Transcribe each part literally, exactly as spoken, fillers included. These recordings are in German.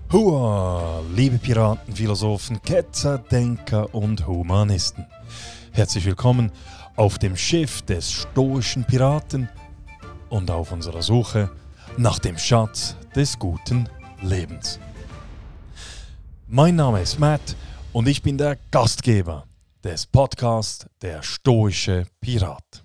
Hua, liebe Piraten, Philosophen, Ketzer, Denker und Humanisten. Herzlich willkommen auf dem Schiff des stoischen Piraten und auf unserer Suche nach dem Schatz des guten Lebens. Mein Name ist Matt und ich bin der Gastgeber des Podcasts Der stoische Pirat.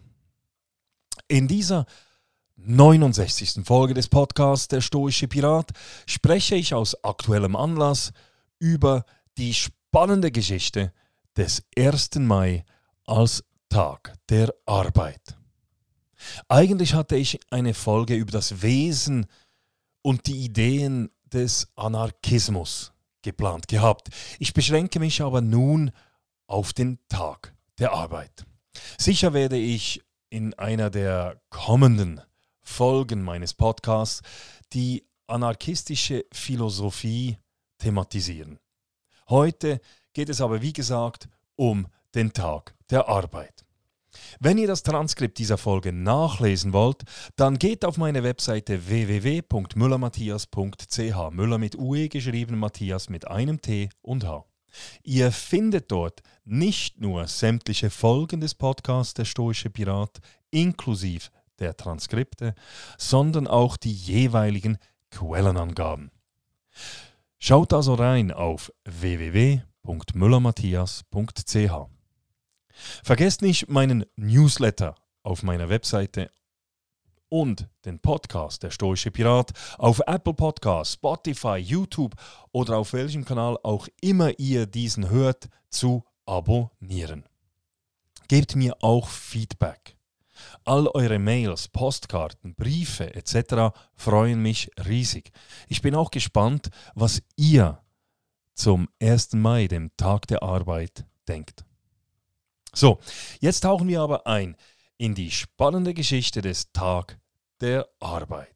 In dieser neunundsechzigsten Folge des Podcasts Der stoische Pirat spreche ich aus aktuellem Anlass über die spannende Geschichte des ersten Mai als Tag der Arbeit. Eigentlich hatte ich eine Folge über das Wesen und die Ideen des Anarchismus geplant gehabt. Ich beschränke mich aber nun auf den Tag der Arbeit. Sicher werde ich in einer der kommenden Folgen meines Podcasts die anarchistische Philosophie thematisieren. Heute geht es aber wie gesagt um den Tag der Arbeit. Wenn ihr das Transkript dieser Folge nachlesen wollt, dann geht auf meine Webseite w w w punkt müller matthias punkt c h. Müller mit U E geschrieben, Matthias mit einem T und H. Ihr findet dort nicht nur sämtliche Folgen des Podcasts Der stoische Pirat, inklusive der Transkripte, sondern auch die jeweiligen Quellenangaben. Schaut also rein auf w w w punkt müller matthias punkt c h. Vergesst nicht meinen Newsletter auf meiner Webseite und den Podcast Der stoische Pirat auf Apple Podcasts, Spotify, YouTube oder auf welchem Kanal auch immer ihr diesen hört, zu abonnieren. Gebt mir auch Feedback. All eure Mails, Postkarten, Briefe et cetera freuen mich riesig. Ich bin auch gespannt, was ihr zum ersten Mai, dem Tag der Arbeit, denkt. So, jetzt tauchen wir aber ein in die spannende Geschichte des Tag der Arbeit.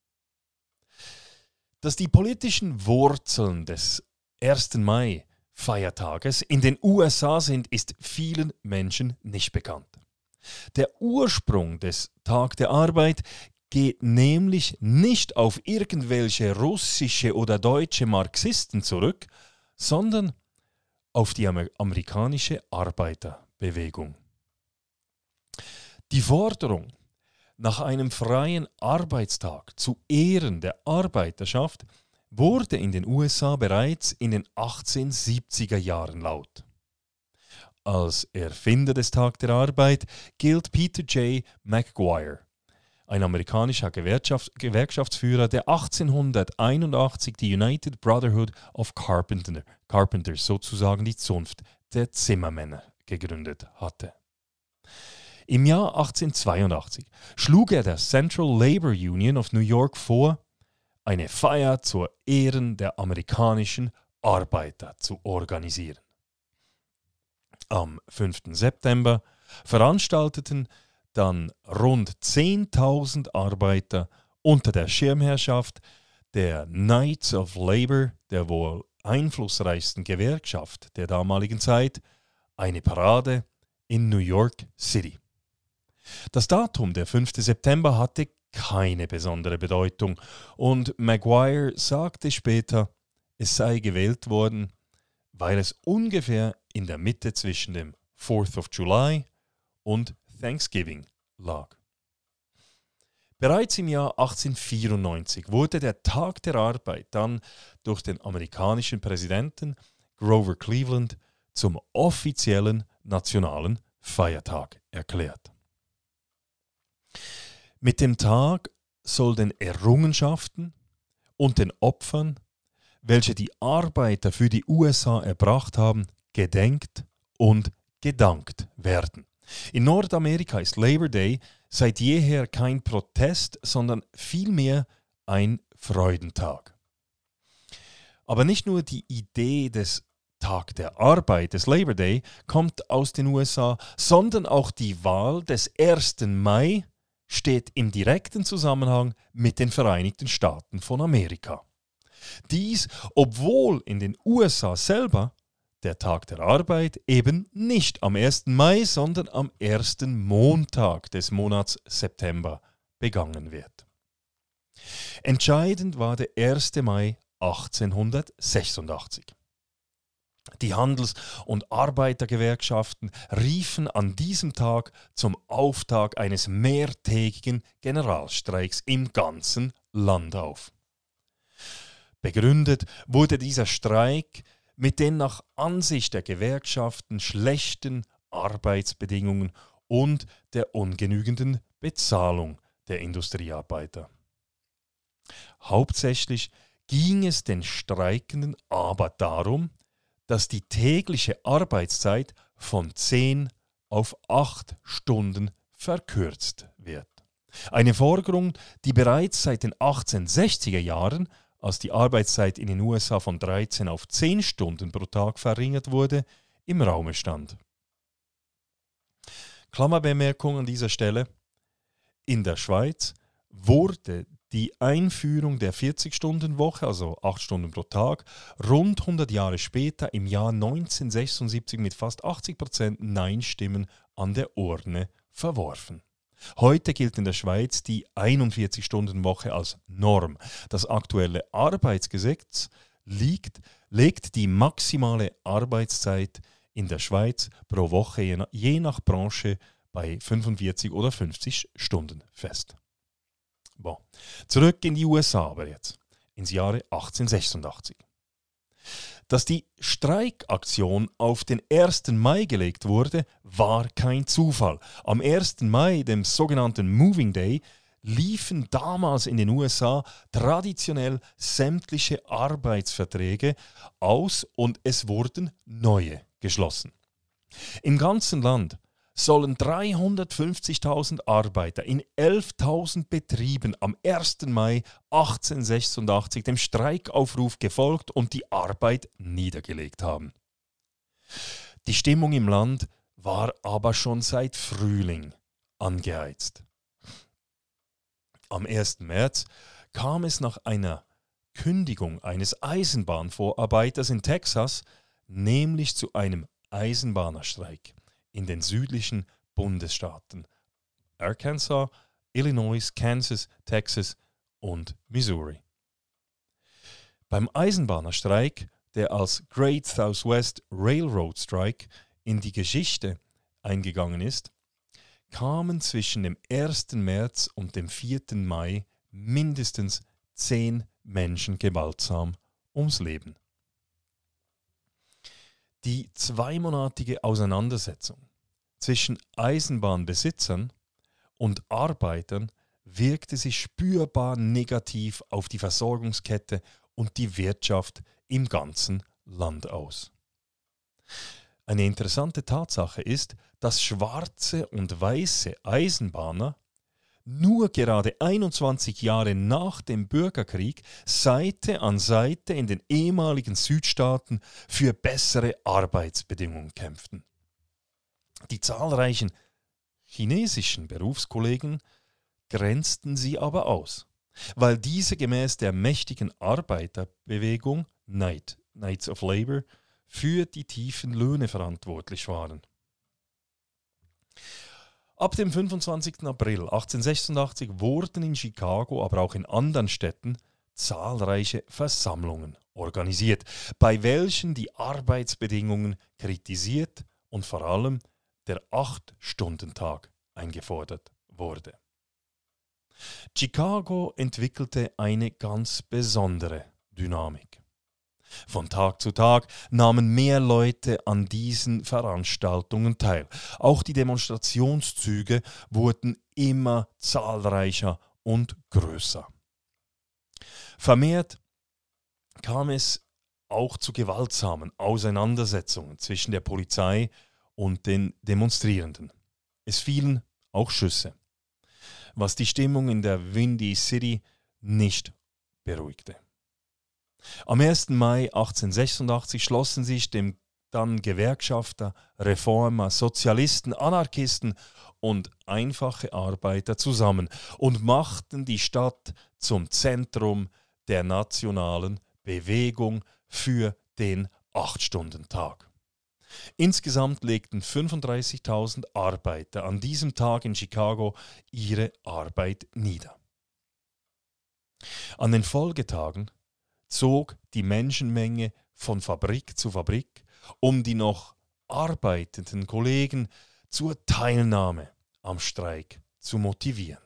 Dass die politischen Wurzeln des ersten Mai Feiertages in den U S A sind, ist vielen Menschen nicht bekannt. Der Ursprung des Tag der Arbeit geht nämlich nicht auf irgendwelche russische oder deutsche Marxisten zurück, sondern auf die amer- amerikanische Arbeiterbewegung. Die Forderung nach einem freien Arbeitstag zu Ehren der Arbeiterschaft wurde in den U S A bereits in den achtzehnhundertsiebziger Jahren laut. Als Erfinder des Tag der Arbeit gilt Peter J. McGuire, ein amerikanischer Gewerkschaft, Gewerkschaftsführer, der achtzehnhunderteinundachtzig die United Brotherhood of Carpenter, Carpenters, sozusagen die Zunft der Zimmermänner, gegründet hatte. Im Jahr achtzehnhundertzweiundachtzig schlug er der Central Labor Union of New York vor, eine Feier zur Ehren der amerikanischen Arbeiter zu organisieren. Am fünften September veranstalteten dann rund zehntausend Arbeiter unter der Schirmherrschaft der Knights of Labor, der wohl einflussreichsten Gewerkschaft der damaligen Zeit, eine Parade in New York City. Das Datum, der fünfte September, hatte keine besondere Bedeutung und Maguire sagte später, es sei gewählt worden, weil es ungefähr in der Mitte zwischen dem fourth of July und Thanksgiving lag. Bereits im Jahr achtzehnhundertvierundneunzig wurde der Tag der Arbeit dann durch den amerikanischen Präsidenten Grover Cleveland zum offiziellen nationalen Feiertag erklärt. Mit dem Tag soll den Errungenschaften und den Opfern, welche die Arbeiter für die U S A erbracht haben, gedenkt und gedankt werden. In Nordamerika ist Labor Day seit jeher kein Protest, sondern vielmehr ein Freudentag. Aber nicht nur die Idee des Tag der Arbeit, des Labor Day, kommt aus den U S A, sondern auch die Wahl des ersten Mai steht im direkten Zusammenhang mit den Vereinigten Staaten von Amerika. Dies, obwohl in den U S A selber der Tag der Arbeit eben nicht am ersten Mai, sondern am ersten Montag des Monats September begangen wird. Entscheidend war der erste Mai achtzehnhundertsechsundachtzig. Die Handels- und Arbeitergewerkschaften riefen an diesem Tag zum Auftakt eines mehrtägigen Generalstreiks im ganzen Land auf. Begründet wurde dieser Streik mit den nach Ansicht der Gewerkschaften schlechten Arbeitsbedingungen und der ungenügenden Bezahlung der Industriearbeiter. Hauptsächlich ging es den Streikenden aber darum, dass die tägliche Arbeitszeit von zehn auf acht Stunden verkürzt wird. Eine Forderung, die bereits seit den achtzehnhundertsechziger Jahren, als die Arbeitszeit in den U S A von dreizehn auf zehn Stunden pro Tag verringert wurde, im Raume stand. Klammerbemerkung an dieser Stelle: In der Schweiz wurde die Einführung der vierzig-Stunden-Woche, also acht Stunden pro Tag, rund hundert Jahre später im Jahr neunzehnhundertsechsundsiebzig mit fast achtzig Prozent Nein-Stimmen an der Urne verworfen. Heute gilt in der Schweiz die einundvierzig-Stunden-Woche als Norm. Das aktuelle Arbeitsgesetz liegt, legt die maximale Arbeitszeit in der Schweiz pro Woche je nach, je nach Branche bei fünfundvierzig oder fünfzig Stunden fest. Bon. Zurück in die U S A aber jetzt, ins Jahre achtzehnhundertsechsundachtzig. Dass die Streikaktion auf den ersten Mai gelegt wurde, war kein Zufall. Am ersten Mai, dem sogenannten Moving Day, liefen damals in den U S A traditionell sämtliche Arbeitsverträge aus und es wurden neue geschlossen. Im ganzen Land sollen dreihundertfünfzigtausend Arbeiter in elftausend Betrieben am ersten Mai achtzehnhundertsechsundachtzig dem Streikaufruf gefolgt und die Arbeit niedergelegt haben. Die Stimmung im Land war aber schon seit Frühling angeheizt. Am ersten März kam es nach einer Kündigung eines Eisenbahnvorarbeiters in Texas nämlich zu einem Eisenbahnerstreik in den südlichen Bundesstaaten Arkansas, Illinois, Kansas, Texas und Missouri. Beim Eisenbahnerstreik, der als Great Southwest Railroad Strike in die Geschichte eingegangen ist, kamen zwischen dem ersten März und dem vierten Mai mindestens zehn Menschen gewaltsam ums Leben. Die zweimonatige Auseinandersetzung zwischen Eisenbahnbesitzern und Arbeitern wirkte sich spürbar negativ auf die Versorgungskette und die Wirtschaft im ganzen Land aus. Eine interessante Tatsache ist, dass schwarze und weiße Eisenbahner nur gerade einundzwanzig Jahre nach dem Bürgerkrieg Seite an Seite in den ehemaligen Südstaaten für bessere Arbeitsbedingungen kämpften. Die zahlreichen chinesischen Berufskollegen grenzten sie aber aus, weil diese gemäß der mächtigen Arbeiterbewegung Knight, Knights of Labor für die tiefen Löhne verantwortlich waren. Ab dem fünfundzwanzigsten April achtzehnhundertsechsundachtzig wurden in Chicago, aber auch in anderen Städten zahlreiche Versammlungen organisiert, bei welchen die Arbeitsbedingungen kritisiert und vor allem der acht-Stunden-Tag eingefordert wurde. Chicago entwickelte eine ganz besondere Dynamik. Von Tag zu Tag nahmen mehr Leute an diesen Veranstaltungen teil. Auch die Demonstrationszüge wurden immer zahlreicher und größer. Vermehrt kam es auch zu gewaltsamen Auseinandersetzungen zwischen der Polizei und den Demonstrierenden. Es fielen auch Schüsse, was die Stimmung in der Windy City nicht beruhigte. Am ersten Mai achtzehnhundertsechsundachtzig schlossen sich dem dann Gewerkschafter, Reformer, Sozialisten, Anarchisten und einfache Arbeiter zusammen und machten die Stadt zum Zentrum der nationalen Bewegung für den acht-Stunden-Tag. Insgesamt legten fünfunddreißigtausend Arbeiter an diesem Tag in Chicago ihre Arbeit nieder. An den Folgetagen zog die Menschenmenge von Fabrik zu Fabrik, um die noch arbeitenden Kollegen zur Teilnahme am Streik zu motivieren.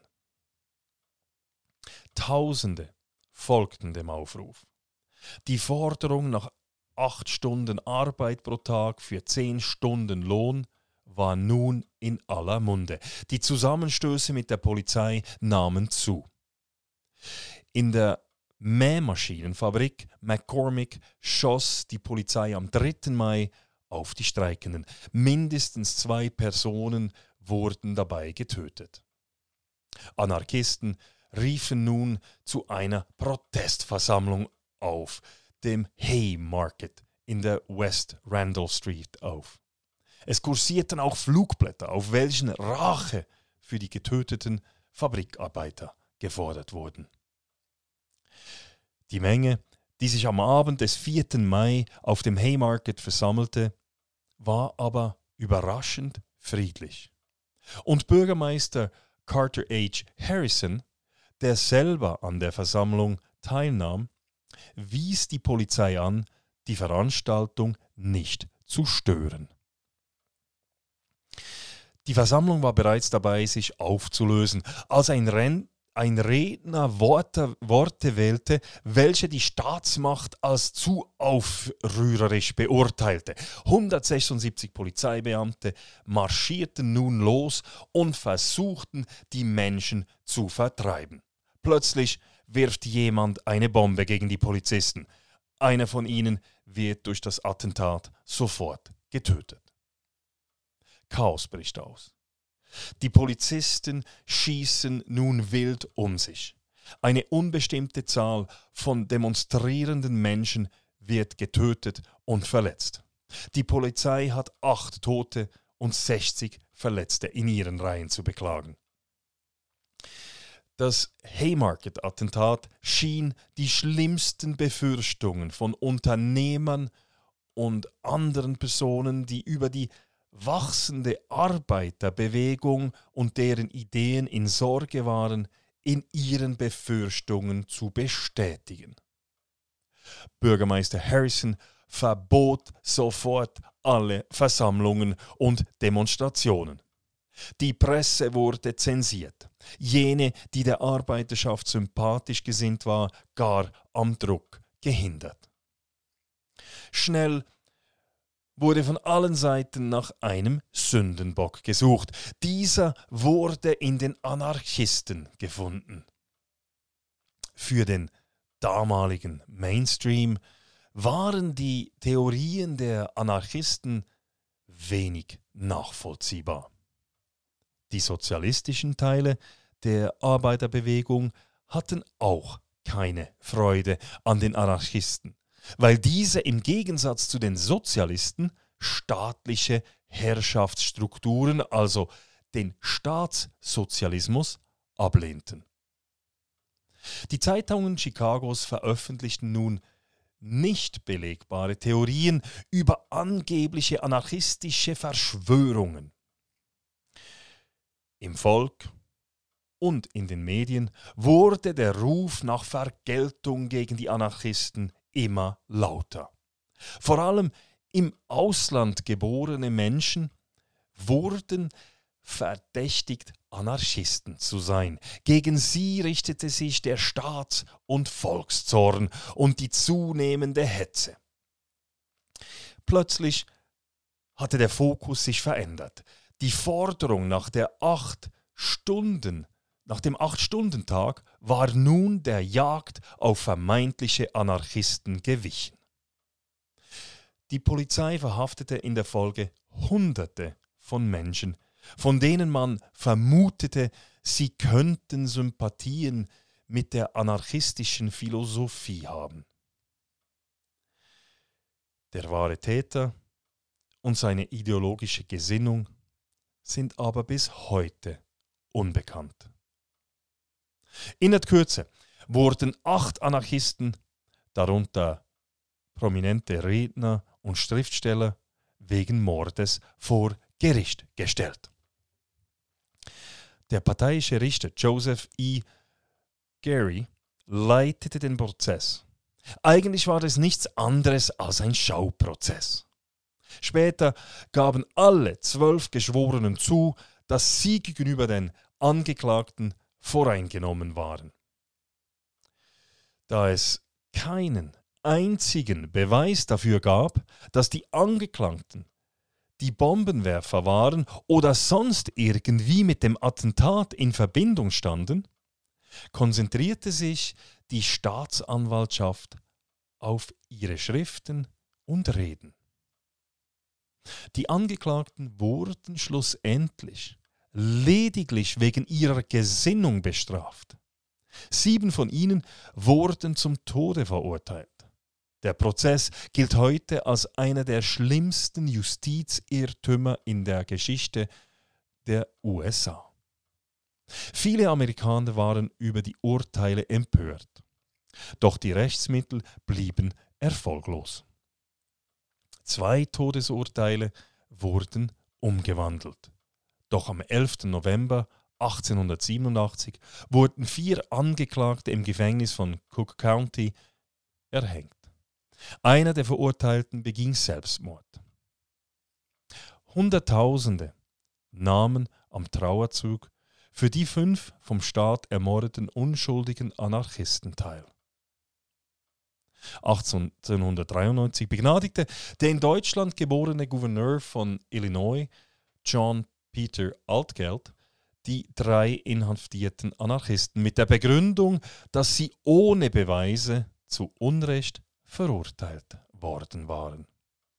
Tausende folgten dem Aufruf. Die Forderung nach acht Stunden Arbeit pro Tag für zehn Stunden Lohn war nun in aller Munde. Die Zusammenstöße mit der Polizei nahmen zu. In der Mähmaschinenfabrik McCormick schoss die Polizei am dritten Mai auf die Streikenden. Mindestens zwei Personen wurden dabei getötet. Anarchisten riefen nun zu einer Protestversammlung auf dem Haymarket in der West Randall Street auf. Es kursierten auch Flugblätter, auf welchen Rache für die getöteten Fabrikarbeiter gefordert wurden. Die Menge, die sich am Abend des vierten Mai auf dem Haymarket versammelte, war aber überraschend friedlich. Und Bürgermeister Carter H. Harrison, der selber an der Versammlung teilnahm, wies die Polizei an, die Veranstaltung nicht zu stören. Die Versammlung war bereits dabei, sich aufzulösen, als ein, Ren- ein Redner Worte, Worte wählte, welche die Staatsmacht als zu aufrührerisch beurteilte. hundertsechsundsiebzig Polizeibeamte marschierten nun los und versuchten, die Menschen zu vertreiben. Plötzlich wirft jemand eine Bombe gegen die Polizisten. Einer von ihnen wird durch das Attentat sofort getötet. Chaos bricht aus. Die Polizisten schießen nun wild um sich. Eine unbestimmte Zahl von demonstrierenden Menschen wird getötet und verletzt. Die Polizei hat acht Tote und sechzig Verletzte in ihren Reihen zu beklagen. Das Haymarket-Attentat schien die schlimmsten Befürchtungen von Unternehmern und anderen Personen, die über die wachsende Arbeiterbewegung und deren Ideen in Sorge waren, in ihren Befürchtungen zu bestätigen. Bürgermeister Harrison verbot sofort alle Versammlungen und Demonstrationen. Die Presse wurde zensiert, jene, die der Arbeiterschaft sympathisch gesinnt war, gar am Druck gehindert. Schnell wurde von allen Seiten nach einem Sündenbock gesucht. Dieser wurde in den Anarchisten gefunden. Für den damaligen Mainstream waren die Theorien der Anarchisten wenig nachvollziehbar. Die sozialistischen Teile der Arbeiterbewegung hatten auch keine Freude an den Anarchisten, weil diese im Gegensatz zu den Sozialisten staatliche Herrschaftsstrukturen, also den Staatssozialismus, ablehnten. Die Zeitungen Chicagos veröffentlichten nun nicht belegbare Theorien über angebliche anarchistische Verschwörungen. Im Volk und in den Medien wurde der Ruf nach Vergeltung gegen die Anarchisten immer lauter. Vor allem im Ausland geborene Menschen wurden verdächtigt, Anarchisten zu sein. Gegen sie richtete sich der Staats- und Volkszorn und die zunehmende Hetze. Plötzlich hatte der Fokus sich verändert. Die Forderung nach der acht Stunden, nach dem Acht-Stunden-Tag war nun der Jagd auf vermeintliche Anarchisten gewichen. Die Polizei verhaftete in der Folge Hunderte von Menschen, von denen man vermutete, sie könnten Sympathien mit der anarchistischen Philosophie haben. Der wahre Täter und seine ideologische Gesinnung sind aber bis heute unbekannt. In der Kürze wurden acht Anarchisten, darunter prominente Redner und Schriftsteller, wegen Mordes vor Gericht gestellt. Der parteiische Richter Joseph E. Gary leitete den Prozess. Eigentlich war es nichts anderes als ein Schauprozess. Später gaben alle zwölf Geschworenen zu, dass sie gegenüber den Angeklagten voreingenommen waren. Da es keinen einzigen Beweis dafür gab, dass die Angeklagten die Bombenwerfer waren oder sonst irgendwie mit dem Attentat in Verbindung standen, konzentrierte sich die Staatsanwaltschaft auf ihre Schriften und Reden. Die Angeklagten wurden schlussendlich lediglich wegen ihrer Gesinnung bestraft. Sieben von ihnen wurden zum Tode verurteilt. Der Prozess gilt heute als einer der schlimmsten Justizirrtümer in der Geschichte der U S A. Viele Amerikaner waren über die Urteile empört, doch die Rechtsmittel blieben erfolglos. Zwei Todesurteile wurden umgewandelt. Doch am elften November achtzehnhundertsiebenundachtzig wurden vier Angeklagte im Gefängnis von Cook County erhängt. Einer der Verurteilten beging Selbstmord. Hunderttausende nahmen am Trauerzug für die fünf vom Staat ermordeten unschuldigen Anarchisten teil. achtzehnhundertdreiundneunzig begnadigte der in Deutschland geborene Gouverneur von Illinois, John Peter Altgeld, die drei inhaftierten Anarchisten mit der Begründung, dass sie ohne Beweise zu Unrecht verurteilt worden waren.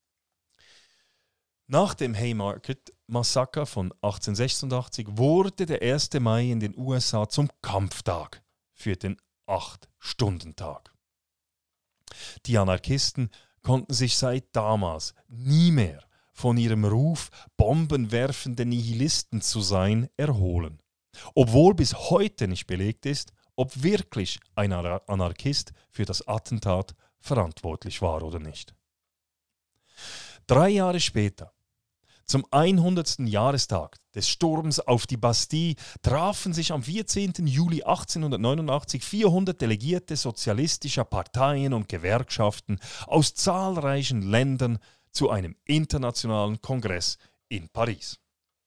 Nach dem Haymarket-Massaker von achtzehnhundertsechsundachtzig wurde der erste Mai in den U S A zum Kampftag für den Acht-Stunden-Tag. Die Anarchisten konnten sich seit damals nie mehr von ihrem Ruf, bombenwerfende Nihilisten zu sein, erholen. Obwohl bis heute nicht belegt ist, ob wirklich ein Anarchist für das Attentat verantwortlich war oder nicht. Drei Jahre später, zum hundertsten Jahrestag des Sturms auf die Bastille, trafen sich am vierzehnten Juli achtzehnhundertneunundachtzig vierhundert Delegierte sozialistischer Parteien und Gewerkschaften aus zahlreichen Ländern zu einem internationalen Kongress in Paris.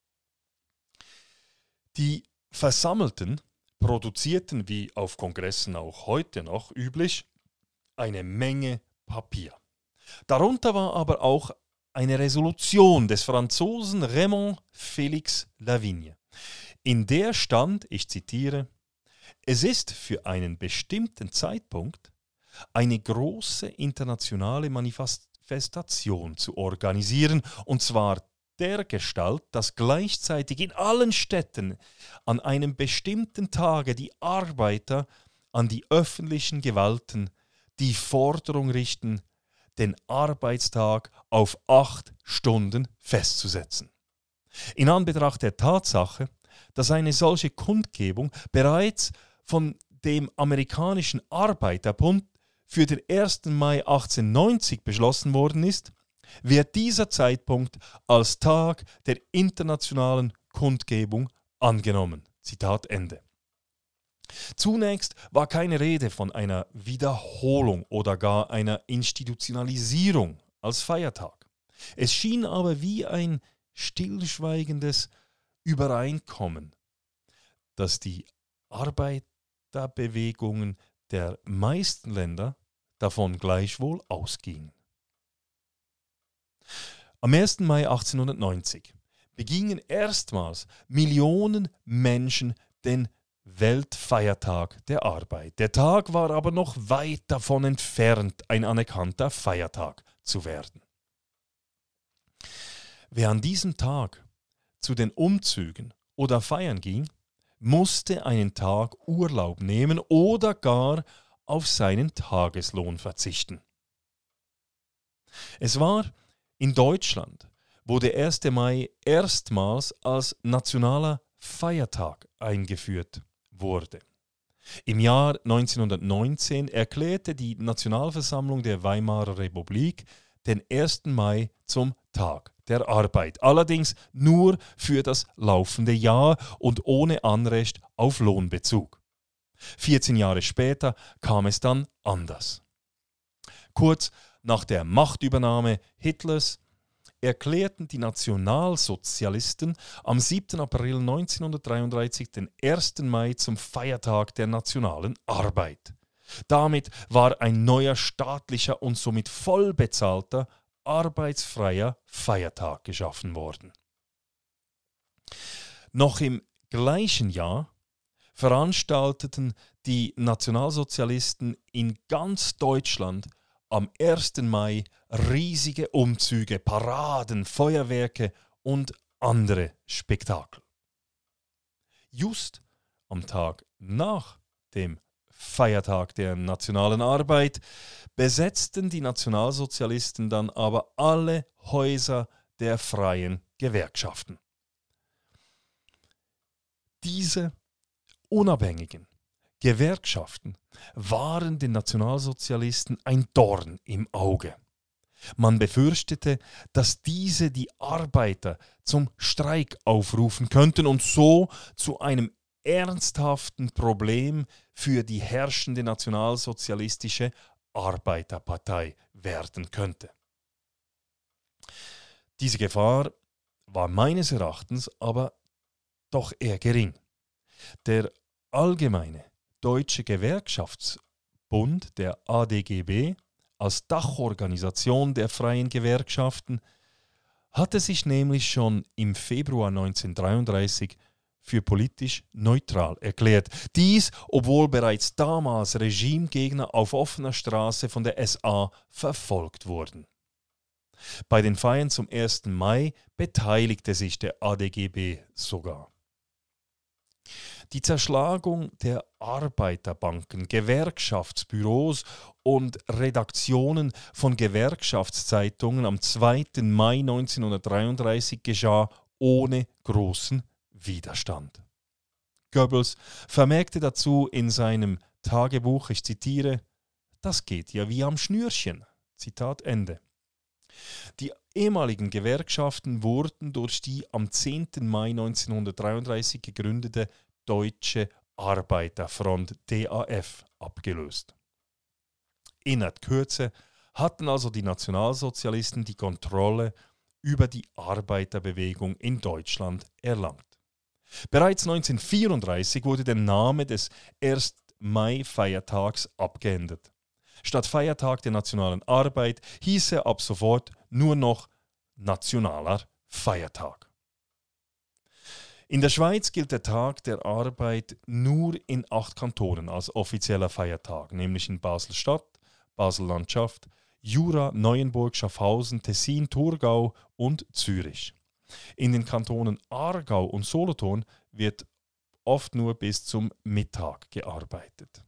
Die Versammelten produzierten, wie auf Kongressen auch heute noch üblich, eine Menge Papier. Darunter war aber auch eine Resolution des Franzosen Raymond Félix Lavigne, in der stand, ich zitiere, es ist für einen bestimmten Zeitpunkt eine große internationale Manifestation zu organisieren, und zwar dergestalt, dass gleichzeitig in allen Städten an einem bestimmten Tage die Arbeiter an die öffentlichen Gewalten die Forderung richten, den Arbeitstag auf acht Stunden festzusetzen. In Anbetracht der Tatsache, dass eine solche Kundgebung bereits von dem amerikanischen Arbeiterbund für den ersten Mai achtzehnhundertneunzig beschlossen worden ist, wird dieser Zeitpunkt als Tag der internationalen Kundgebung angenommen. Zitat Ende. Zunächst war keine Rede von einer Wiederholung oder gar einer Institutionalisierung als Feiertag. Es schien aber wie ein stillschweigendes Übereinkommen, dass die Arbeiterbewegungen der meisten Länder davon gleichwohl ausgingen. Am ersten Mai achtzehnhundertneunzig begingen erstmals Millionen Menschen den Weltfeiertag der Arbeit. Der Tag war aber noch weit davon entfernt, ein anerkannter Feiertag zu werden. Wer an diesem Tag zu den Umzügen oder Feiern ging, musste einen Tag Urlaub nehmen oder gar auf seinen Tageslohn verzichten. Es war in Deutschland, wo der erste Mai erstmals als nationaler Feiertag eingeführt wurde. Im Jahr neunzehnhundertneunzehn erklärte die Nationalversammlung der Weimarer Republik den ersten Mai zum Tag der Arbeit, allerdings nur für das laufende Jahr und ohne Anrecht auf Lohnbezug. vierzehn Jahre später kam es dann anders. Kurz nach der Machtübernahme Hitlers erklärten die Nationalsozialisten am siebten April neunzehnhundertdreiunddreißig den ersten Mai zum Feiertag der nationalen Arbeit. Damit war ein neuer staatlicher und somit vollbezahlter, arbeitsfreier Feiertag geschaffen worden. Noch im gleichen Jahr veranstalteten die Nationalsozialisten in ganz Deutschland am ersten Mai riesige Umzüge, Paraden, Feuerwerke und andere Spektakel. Just am Tag nach dem Feiertag der nationalen Arbeit besetzten die Nationalsozialisten dann aber alle Häuser der freien Gewerkschaften. Diese unabhängigen Gewerkschaften waren den Nationalsozialisten ein Dorn im Auge. Man befürchtete, dass diese die Arbeiter zum Streik aufrufen könnten und so zu einem ernsthaften Problem für die herrschende nationalsozialistische Arbeiterpartei werden könnte. Diese Gefahr war meines Erachtens aber doch eher gering. Der Allgemeine Deutsche Gewerkschaftsbund, der A D G B, als Dachorganisation der freien Gewerkschaften, hatte sich nämlich schon im Februar neunzehnhundertdreiunddreißig für politisch neutral erklärt. Dies, obwohl bereits damals Regimegegner auf offener Straße von der S A verfolgt wurden. Bei den Feiern zum ersten Mai beteiligte sich der A D G B sogar. Die Zerschlagung der Arbeiterbanken, Gewerkschaftsbüros und Redaktionen von Gewerkschaftszeitungen am zweiten Mai neunzehnhundertdreiunddreißig geschah ohne großen Widerstand. Goebbels vermerkte dazu in seinem Tagebuch, ich zitiere, „Das geht ja wie am Schnürchen." Zitat Ende. Die ehemaligen Gewerkschaften wurden durch die am zehnten Mai neunzehnhundertdreiunddreißig gegründete Deutsche Arbeiterfront D A F abgelöst. Innerhalb Kürze hatten also die Nationalsozialisten die Kontrolle über die Arbeiterbewegung in Deutschland erlangt. Bereits neunzehnhundertvierunddreißig wurde der Name des ersten Mai-Feiertags abgeändert. Statt Feiertag der nationalen Arbeit hieß er ab sofort nur noch Nationaler Feiertag. In der Schweiz gilt der Tag der Arbeit nur in acht Kantonen als offizieller Feiertag, nämlich in Basel-Stadt, Basel-Landschaft, Jura, Neuenburg, Schaffhausen, Tessin, Thurgau und Zürich. In den Kantonen Aargau und Solothurn wird oft nur bis zum Mittag gearbeitet.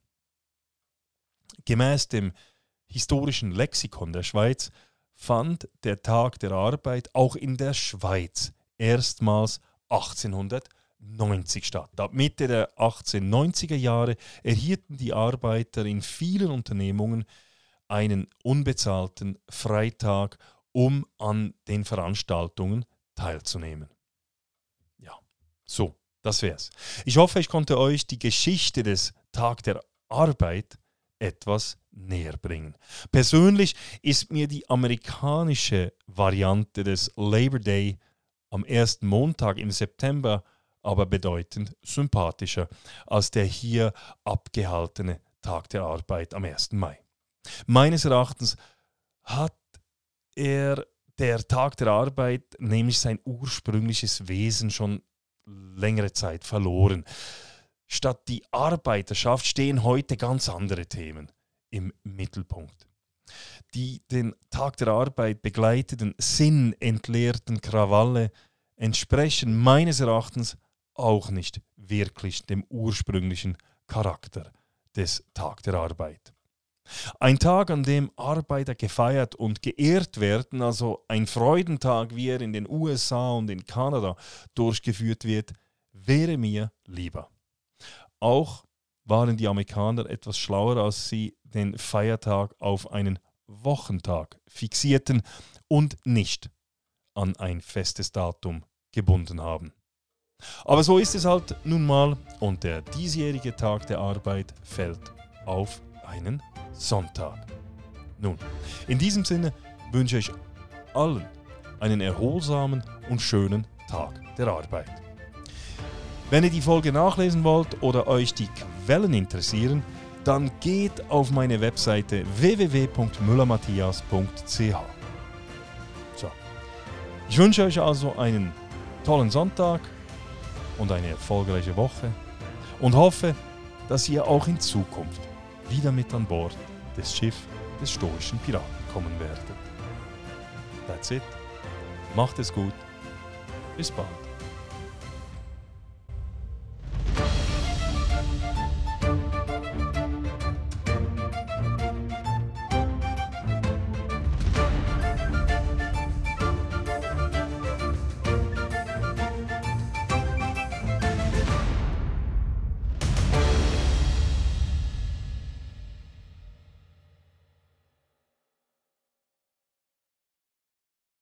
Gemäß dem historischen Lexikon der Schweiz fand der Tag der Arbeit auch in der Schweiz erstmals achtzehnhundertneunzig statt. Ab Mitte der achtzehnhundertneunziger Jahre erhielten die Arbeiter in vielen Unternehmungen einen unbezahlten Freitag, um an den Veranstaltungen teilzunehmen. Ja, so, das wär's. Ich hoffe, ich konnte euch die Geschichte des Tag der Arbeit etwas näher bringen. Persönlich ist mir die amerikanische Variante des Labor Day am ersten Montag im September aber bedeutend sympathischer als der hier abgehaltene Tag der Arbeit am ersten Mai. Meines Erachtens hat er, der Tag der Arbeit, nämlich sein ursprüngliches Wesen schon längere Zeit verloren. Statt die Arbeiterschaft stehen heute ganz andere Themen im Mittelpunkt. Die den Tag der Arbeit begleiteten, sinnentleerten Krawalle entsprechen meines Erachtens auch nicht wirklich dem ursprünglichen Charakter des Tag der Arbeit. Ein Tag, an dem Arbeiter gefeiert und geehrt werden, also ein Freudentag, wie er in den U S A und in Kanada durchgeführt wird, wäre mir lieber. Auch waren die Amerikaner etwas schlauer, als sie den Feiertag auf einen Wochentag fixierten und nicht an ein festes Datum gebunden haben. Aber so ist es halt nun mal, und der diesjährige Tag der Arbeit fällt auf einen Sonntag. Nun, in diesem Sinne wünsche ich allen einen erholsamen und schönen Tag der Arbeit. Wenn ihr die Folge nachlesen wollt oder euch die Quellen interessieren, dann geht auf meine Webseite w w w punkt müller matthias punkt c h. So. Ich wünsche euch also einen tollen Sonntag und eine erfolgreiche Woche und hoffe, dass ihr auch in Zukunft wieder mit an Bord des Schiffs des stoischen Piraten kommen werdet. That's it. Macht es gut. Bis bald.